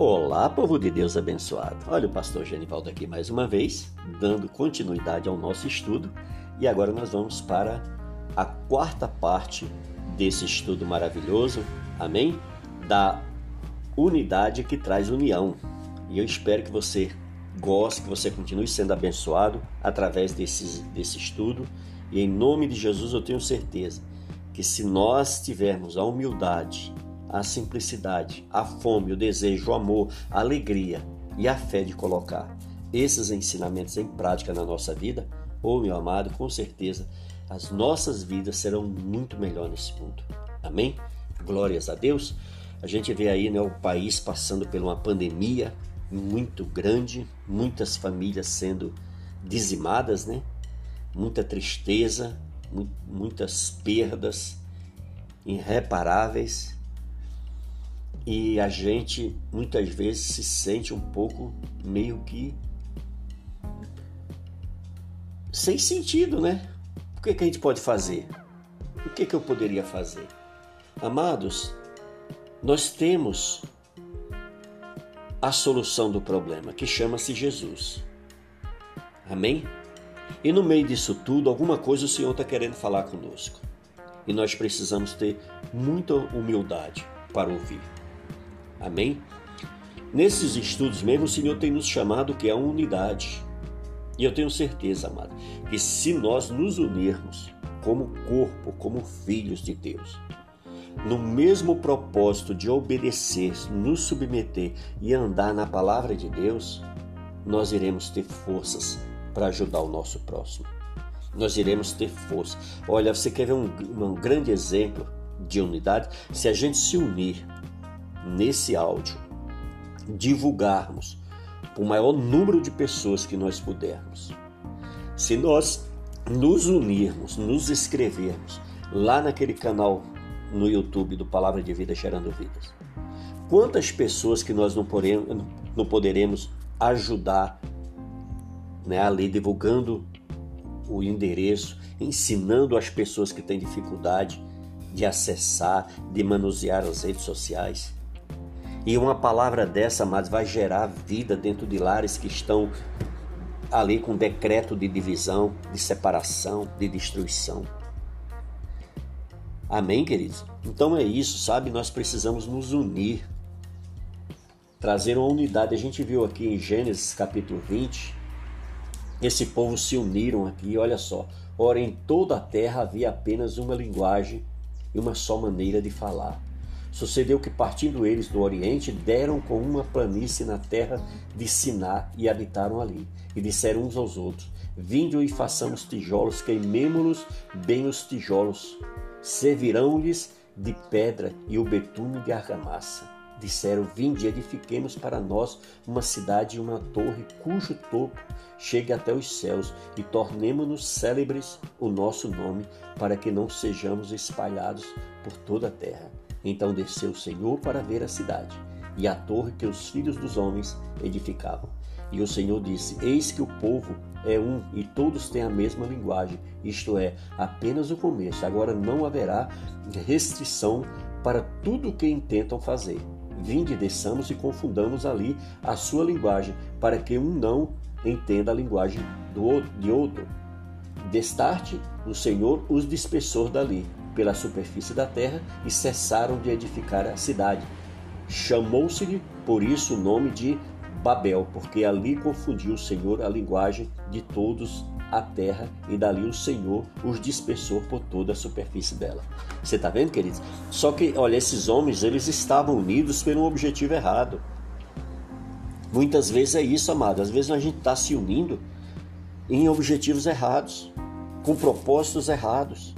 Olá, povo de Deus abençoado. Olha o pastor Genivaldo aqui mais uma vez, dando continuidade ao nosso estudo. E agora nós vamos para a quarta parte desse estudo maravilhoso, amém? Da unidade que traz união. E eu espero que você goste, que você continue sendo abençoado através desse estudo. E em nome de Jesus eu tenho certeza que se nós tivermos a humildade, a simplicidade, a fome, o desejo, o amor, a alegria e a fé de colocar esses ensinamentos em prática na nossa vida, meu amado, com certeza as nossas vidas serão muito melhores nesse mundo. Amém? Glórias a Deus. A gente vê aí, o país passando por uma pandemia muito grande, muitas famílias sendo dizimadas, muita tristeza, muitas perdas irreparáveis. E a gente muitas vezes se sente um pouco meio que sem sentido, O que a gente pode fazer? O que eu poderia fazer? Amados, nós temos a solução do problema, que chama-se Jesus. Amém? E no meio disso tudo, alguma coisa o Senhor está querendo falar conosco. E nós precisamos ter muita humildade para ouvir. Amém? Nesses estudos mesmo, o Senhor tem nos chamado que é a unidade. E eu tenho certeza, amado, que se nós nos unirmos como corpo, como filhos de Deus, no mesmo propósito de obedecer, nos submeter e andar na palavra de Deus, nós iremos ter forças para ajudar o nosso próximo. Nós iremos ter força. Olha, você quer ver um grande exemplo de unidade? Se a gente se unir nesse áudio, divulgarmos para o maior número de pessoas que nós pudermos, se nós nos unirmos, nos inscrevermos lá naquele canal no YouTube do Palavra de Vida Gerando Vidas, quantas pessoas que nós não poderemos ajudar ali divulgando o endereço, ensinando as pessoas que têm dificuldade de acessar, de manusear as redes sociais. E uma palavra dessa, amados, vai gerar vida dentro de lares que estão ali com decreto de divisão, de separação, de destruição. Amém, queridos? Então é isso, sabe? Nós precisamos nos unir, trazer uma unidade. A gente viu aqui em Gênesis capítulo 20, esse povo se uniram aqui, olha só. Ora, em toda a terra havia apenas uma linguagem e uma só maneira de falar. Sucedeu que, partindo eles do Oriente, deram com uma planície na terra de Siná e habitaram ali. E disseram uns aos outros: vinde e façamos tijolos, queimemo-los bem os tijolos. Servirão-lhes de pedra e o betume de argamassa. Disseram: vinde e edifiquemos para nós uma cidade e uma torre, cujo topo chegue até os céus, e tornemo-nos célebres o nosso nome, para que não sejamos espalhados por toda a terra. Então desceu o Senhor para ver a cidade e a torre que os filhos dos homens edificavam. E o Senhor disse: eis que o povo é um e todos têm a mesma linguagem, isto é, apenas o começo. Agora não haverá restrição para tudo o que intentam fazer. Vinde, desçamos e confundamos ali a sua linguagem, para que um não entenda a linguagem de outro. Destarte, o Senhor os dispersou dali pela superfície da terra e cessaram de edificar a cidade. Chamou-se-lhe por isso o nome de Babel, porque ali confundiu o Senhor a linguagem de todos a terra, e dali o Senhor os dispersou por toda a superfície dela. Você está vendo, queridos? Só que, olha, esses homens, eles estavam unidos por um objetivo errado. Muitas vezes é isso, amado. Às vezes a gente está se unindo em objetivos errados, com propósitos errados.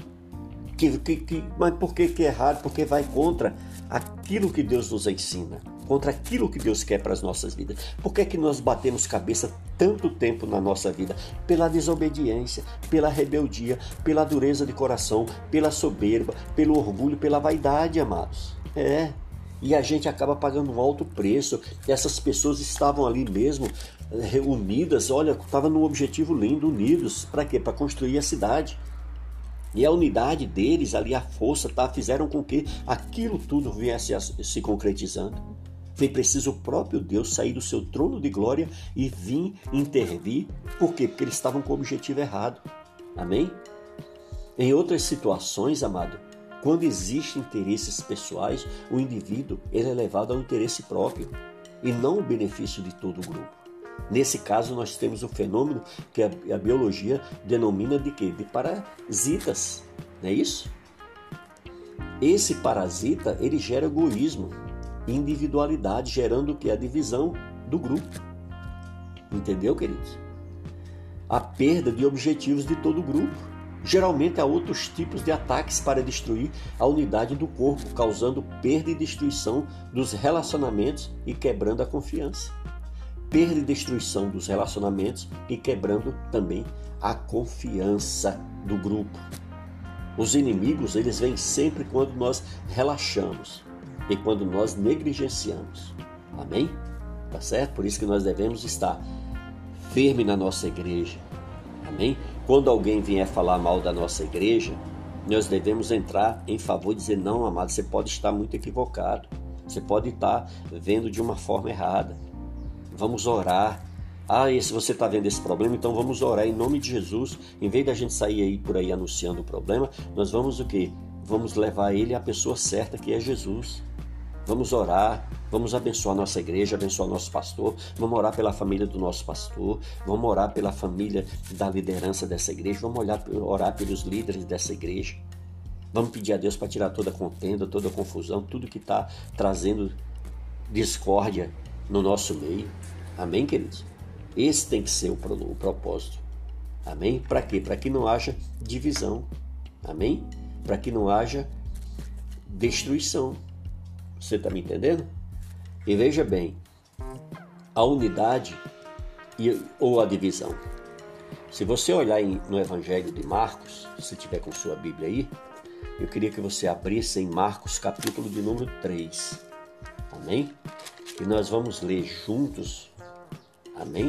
Mas por que é errado? Porque vai contra aquilo que Deus nos ensina, contra aquilo que Deus quer para as nossas vidas. Por que é que nós batemos cabeça tanto tempo na nossa vida? Pela desobediência, pela rebeldia, pela dureza de coração, pela soberba, pelo orgulho, pela vaidade, amados. E a gente acaba pagando um alto preço. Essas pessoas estavam ali mesmo, reunidas, olha, estavam num objetivo lindo, unidos. Para quê? Para construir a cidade. E a unidade deles, ali a força, fizeram com que aquilo tudo viesse se concretizando. Foi preciso o próprio Deus sair do seu trono de glória e vir intervir. Por quê? Porque eles estavam com o objetivo errado. Amém? Em outras situações, amado, quando existem interesses pessoais, o indivíduo ele é levado ao interesse próprio e não o benefício de todo o grupo. Nesse caso, nós temos o fenômeno que a biologia denomina de quê? De parasitas. Não é isso? Esse parasita, ele gera egoísmo, individualidade, gerando o que? A divisão do grupo. Entendeu, queridos? A perda de objetivos de todo o grupo. Geralmente há outros tipos de ataques para destruir a unidade do corpo, causando perda e destruição dos relacionamentos e quebrando a confiança. Perda e destruição dos relacionamentos e quebrando também a confiança do grupo. Os inimigos, eles vêm sempre quando nós relaxamos e quando nós negligenciamos. Amém? Tá certo? Por isso que nós devemos estar firme na nossa igreja. Amém? Quando alguém vier falar mal da nossa igreja, nós devemos entrar em favor e dizer: não, amado, você pode estar muito equivocado. Você pode estar vendo de uma forma errada. Vamos orar. E se você está vendo esse problema, então vamos orar em nome de Jesus. Em vez da gente sair aí por aí anunciando o problema, nós vamos o quê? Vamos levar ele à pessoa certa, que é Jesus. Vamos orar, vamos abençoar nossa igreja, abençoar nosso pastor, vamos orar pela família do nosso pastor, vamos orar pela família da liderança dessa igreja, vamos orar pelos líderes dessa igreja. Vamos pedir a Deus para tirar toda a contenda, toda a confusão, tudo que está trazendo discórdia no nosso meio. Amém, queridos? Esse tem que ser o propósito. Amém? Para quê? Para que não haja divisão. Amém? Para que não haja destruição. Você está me entendendo? E veja bem, a unidade ou a divisão. Se você olhar no Evangelho de Marcos, se tiver com sua Bíblia aí, eu queria que você abrisse em Marcos capítulo de número 3. Amém? E nós vamos ler juntos, amém?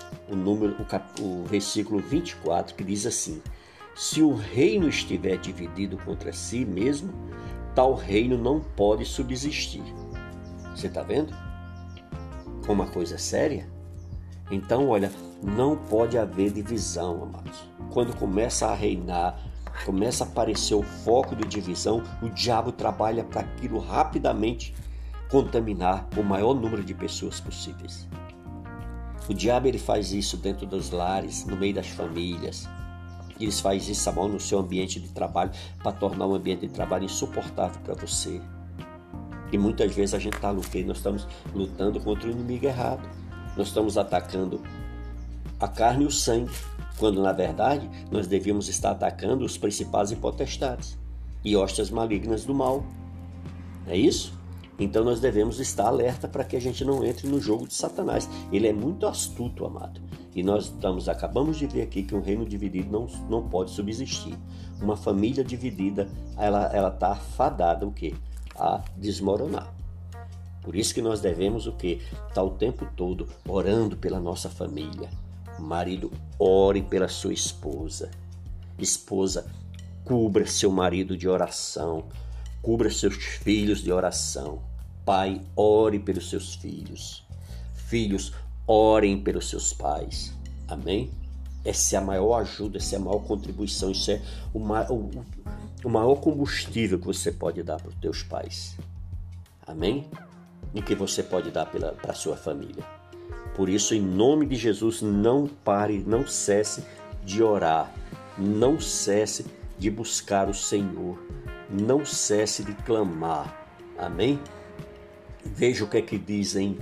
O versículo 24, que diz assim: se o reino estiver dividido contra si mesmo, tal reino não pode subsistir. Você está vendo? Como uma coisa séria? Então, olha, não pode haver divisão, amados. Quando começa a reinar, começa a aparecer o foco de divisão, o diabo trabalha para aquilo rapidamente contaminar o maior número de pessoas possíveis. O diabo ele faz isso dentro dos lares, no meio das famílias. Ele faz isso no seu ambiente de trabalho para tornar o ambiente de trabalho insuportável para você. E muitas vezes a gente está lutando, nós estamos lutando contra o inimigo errado. Nós estamos atacando a carne e o sangue, quando na verdade nós devíamos estar atacando os principais e potestades e hostes malignas do mal. É isso? Então nós devemos estar alerta para que a gente não entre no jogo de Satanás. Ele é muito astuto, amado. E nós acabamos de ver aqui que um reino dividido não pode subsistir. Uma família dividida, ela está fadada o quê? A desmoronar. Por isso que nós devemos o quê? Estar o tempo todo orando pela nossa família. Marido, ore pela sua esposa. Esposa, cubra seu marido de oração. Cubra seus filhos de oração. Pai, ore pelos seus filhos. Filhos, orem pelos seus pais. Amém? Essa é a maior ajuda, essa é a maior contribuição, isso é o maior combustível que você pode dar para os teus pais. Amém? E que você pode dar para a sua família. Por isso, em nome de Jesus, não pare, não cesse de orar. Não cesse de buscar o Senhor. Não cesse de clamar. Amém? Veja o que é que diz em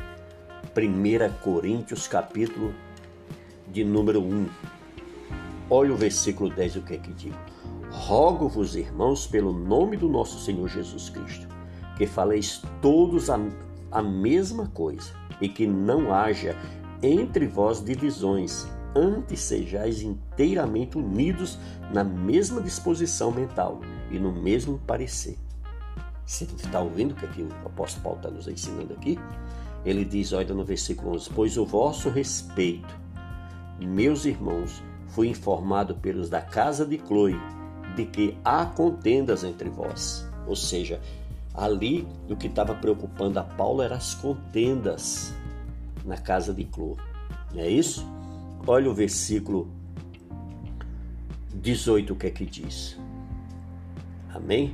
1 Coríntios, capítulo de número 1. Olha o versículo 10, o que é que diz. Rogo-vos, irmãos, pelo nome do nosso Senhor Jesus Cristo, que faleis todos a mesma coisa, e que não haja entre vós divisões, antes sejais inteiramente unidos na mesma disposição mental e no mesmo parecer. Você está ouvindo o que o apóstolo Paulo está nos ensinando aqui? Ele diz, olha no versículo 11, pois o vosso respeito, meus irmãos, fui informado pelos da casa de Cloe, de que há contendas entre vós. Ou seja, Ali, o que estava preocupando a Paulo eram as contendas na casa de Clô. Não é isso? Olha o versículo 18, o que é que diz. Amém?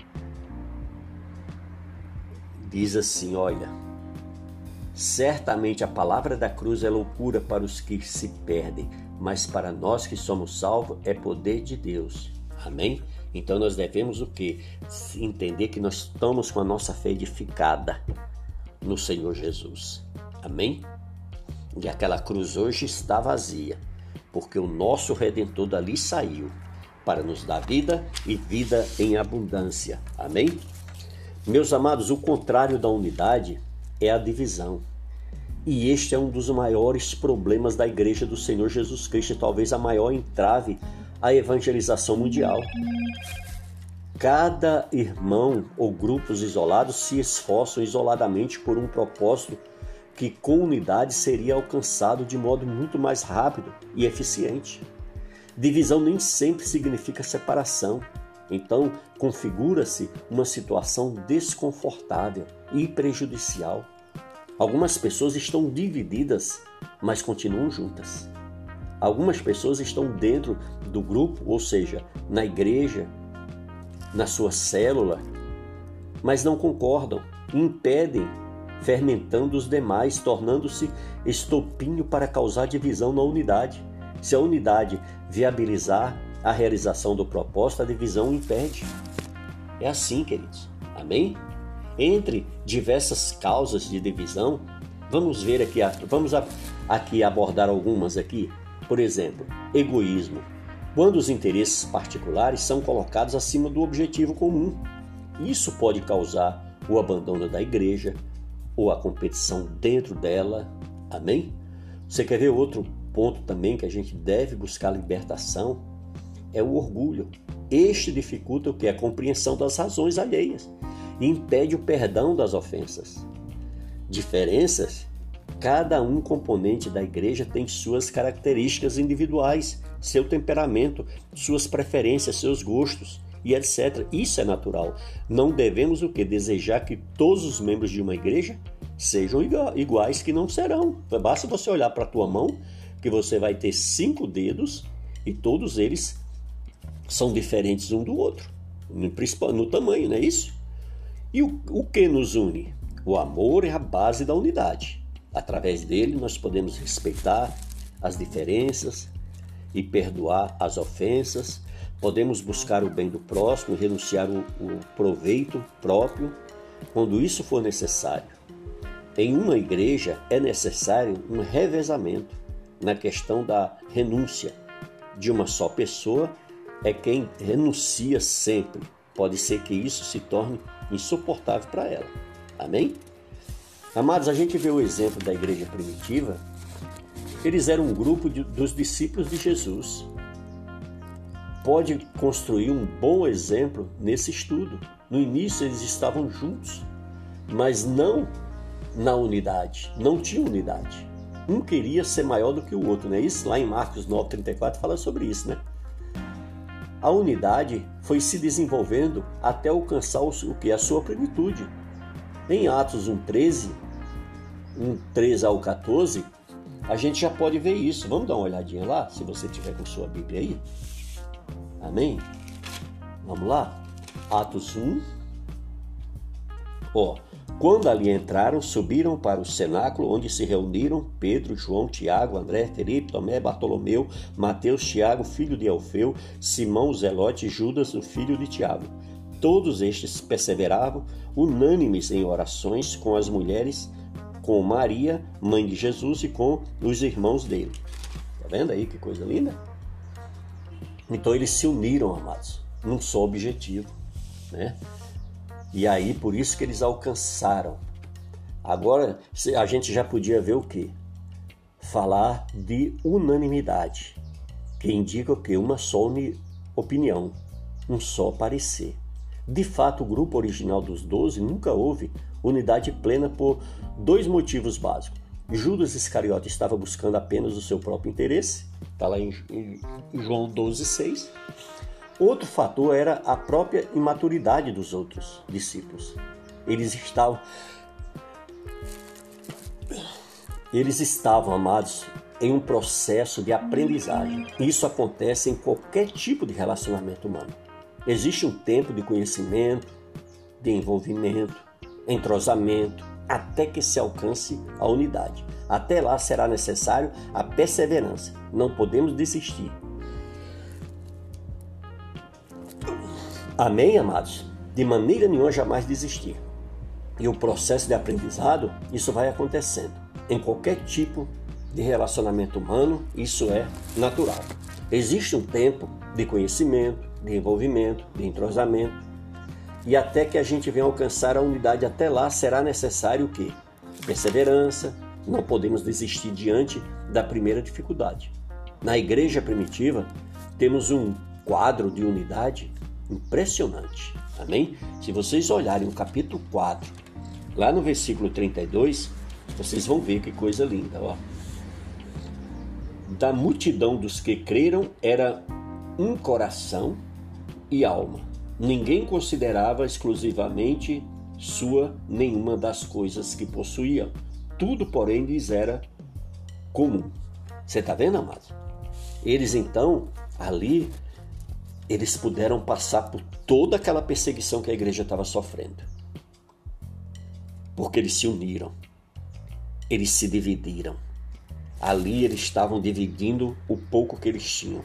Diz assim, olha: certamente a palavra da cruz é loucura para os que se perdem, mas para nós que somos salvos é poder de Deus. Amém? Então nós devemos o quê? Entender que nós estamos com a nossa fé edificada no Senhor Jesus. Amém? E aquela cruz hoje está vazia, porque o nosso Redentor dali saiu para nos dar vida e vida em abundância. Amém? Meus amados, o contrário da unidade é a divisão. E este é um dos maiores problemas da Igreja do Senhor Jesus Cristo, talvez a maior entrave à evangelização mundial. Cada irmão ou grupos isolados se esforçam isoladamente por um propósito que com unidade seria alcançado de modo muito mais rápido e eficiente. Divisão nem sempre significa separação. Então, configura-se uma situação desconfortável e prejudicial. Algumas pessoas estão divididas, mas continuam juntas. Algumas pessoas estão dentro do grupo, ou seja, na igreja, na sua célula, mas não concordam, impedem, fermentando os demais, tornando-se estopinho para causar divisão na unidade. Se a unidade viabilizar a realização do propósito, a divisão impede. É assim, queridos. Amém? Entre diversas causas de divisão, vamos aqui abordar algumas aqui. Por exemplo, egoísmo. Quando os interesses particulares são colocados acima do objetivo comum. Isso pode causar o abandono da igreja ou a competição dentro dela. Amém? Você quer ver outro ponto também que a gente deve buscar libertação? É o orgulho. Este dificulta o que? A compreensão das razões alheias e impede o perdão das ofensas. Diferenças. Cada um componente da igreja tem suas características individuais, seu temperamento, suas preferências, seus gostos e etc. Isso é natural. Não devemos o que? Desejar que todos os membros de uma igreja sejam iguais, que não serão. Basta você olhar para a tua mão, que você vai ter 5 dedos e todos eles são diferentes um do outro, no tamanho, não é isso? E o que nos une? O amor é a base da unidade. Através dele nós podemos respeitar as diferenças e perdoar as ofensas, podemos buscar o bem do próximo e renunciar o proveito próprio quando isso for necessário. Em uma igreja é necessário um revezamento na questão da renúncia. De uma só pessoa é quem renuncia sempre. Pode ser que isso se torne insuportável para ela. Amém? Amados, a gente vê o exemplo da igreja primitiva. Eles eram um grupo dos discípulos de Jesus. Pode construir um bom exemplo nesse estudo. No início eles estavam juntos, mas não na unidade. Não tinha unidade. Um queria ser maior do que o outro, não é isso? Lá em Marcos 9:34 fala sobre isso, né? A unidade foi se desenvolvendo até alcançar o que? A sua plenitude. Em Atos 1:13 ao 14, a gente já pode ver isso. Vamos dar uma olhadinha lá, se você tiver com sua Bíblia aí. Amém? Vamos lá? Atos 1. Quando ali entraram, subiram para o cenáculo, onde se reuniram Pedro, João, Tiago, André, Felipe, Tomé, Bartolomeu, Mateus, Tiago, filho de Alfeu, Simão, o Zelote e Judas, o filho de Tiago. Todos estes perseveravam unânimes em orações com as mulheres, com Maria, mãe de Jesus, e com os irmãos dele. Tá vendo aí que coisa linda? Então eles se uniram, amados, num só objetivo, né? E aí, por isso que eles alcançaram. Agora, a gente já podia ver o quê? Falar de unanimidade, que indica o quê? Uma só opinião, um só parecer. De fato, o grupo original dos 12 nunca houve unidade plena por 2 motivos básicos. Judas Iscariote estava buscando apenas o seu próprio interesse, está lá em João 12:6. Outro fator era a própria imaturidade dos outros discípulos. Eles estavam, amados, em um processo de aprendizagem. Isso acontece em qualquer tipo de relacionamento humano. Existe um tempo de conhecimento, de envolvimento, entrosamento, até que se alcance a unidade. Até lá será necessário a perseverança. Não podemos desistir. Amém, amados? De maneira nenhuma jamais desistir. E o processo de aprendizado, isso vai acontecendo. Em qualquer tipo de relacionamento humano, isso é natural. Existe um tempo de conhecimento, de envolvimento, de entrosamento. E até que a gente venha alcançar a unidade, até lá será necessário o quê? Perseverança. Não podemos desistir diante da primeira dificuldade. Na igreja primitiva, temos um quadro de unidade impressionante. Amém? Se vocês olharem o capítulo 4, lá no versículo 32, vocês vão ver que coisa linda. Ó. Da multidão dos que creram era um coração e alma. Ninguém considerava exclusivamente sua nenhuma das coisas que possuíam. Tudo, porém, lhes era comum. Você está vendo, amado? Eles então, ali, eles puderam passar por toda aquela perseguição que a igreja estava sofrendo. Porque eles se uniram. Eles se dividiram. Ali eles estavam dividindo o pouco que eles tinham.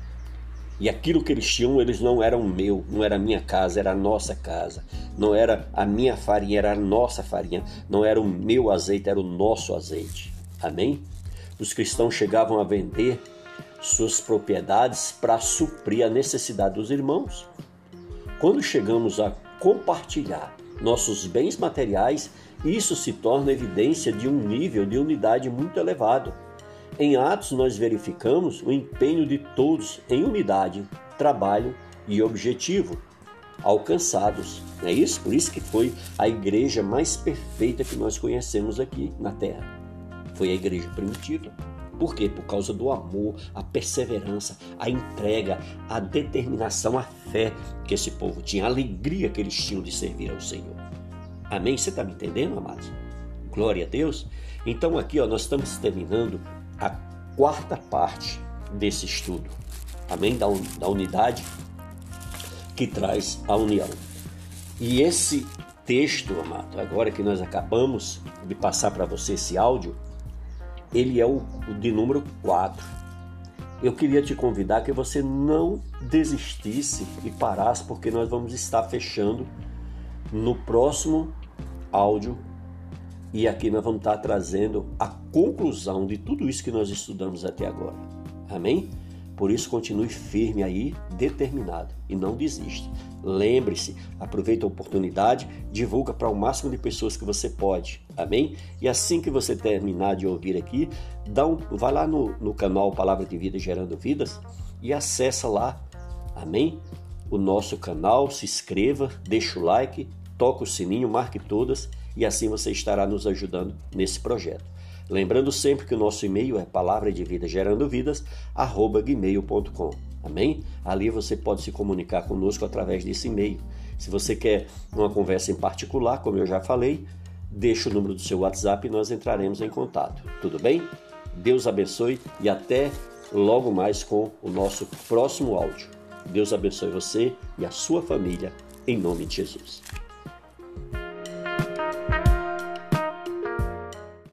E aquilo que eles tinham, eles não eram meu, não era a minha casa, era a nossa casa. Não era a minha farinha, era a nossa farinha. Não era o meu azeite, era o nosso azeite. Amém? Os cristãos chegavam a vender suas propriedades para suprir a necessidade dos irmãos. Quando chegamos a compartilhar nossos bens materiais, isso se torna evidência de um nível de unidade muito elevado. Em Atos, nós verificamos o empenho de todos em unidade, trabalho e objetivo alcançados. Não é isso? Por isso que foi a igreja mais perfeita que nós conhecemos aqui na Terra. Foi a igreja primitiva. Por quê? Por causa do amor, a perseverança, a entrega, a determinação, a fé que esse povo tinha, a alegria que eles tinham de servir ao Senhor. Amém? Você está me entendendo, amados? Glória a Deus. Então aqui nós estamos terminando a quarta parte desse estudo. Amém? Da unidade que traz a união. E esse texto, amado, agora que nós acabamos de passar para você esse áudio, ele é o de número 4. Eu queria te convidar que você não desistisse e parasse, porque nós vamos estar fechando no próximo áudio. E aqui nós vamos estar trazendo a conclusão de tudo isso que nós estudamos até agora. Amém? Por isso, continue firme aí, determinado, e não desista. Lembre-se, aproveita a oportunidade, divulga para o máximo de pessoas que você pode. Amém? E assim que você terminar de ouvir aqui, vai lá no canal Palavra de Vida Gerando Vidas e acessa lá, amém? O nosso canal, se inscreva, deixa o like, toca o sininho, marque todas, e assim você estará nos ajudando nesse projeto. Lembrando sempre que o nosso e-mail é palavradevidagerandovidas@gmail.com. Amém? Ali você pode se comunicar conosco através desse e-mail. Se você quer uma conversa em particular, como eu já falei, deixa o número do seu WhatsApp e nós entraremos em contato. Tudo bem? Deus abençoe e até logo mais com o nosso próximo áudio. Deus abençoe você e a sua família, em nome de Jesus.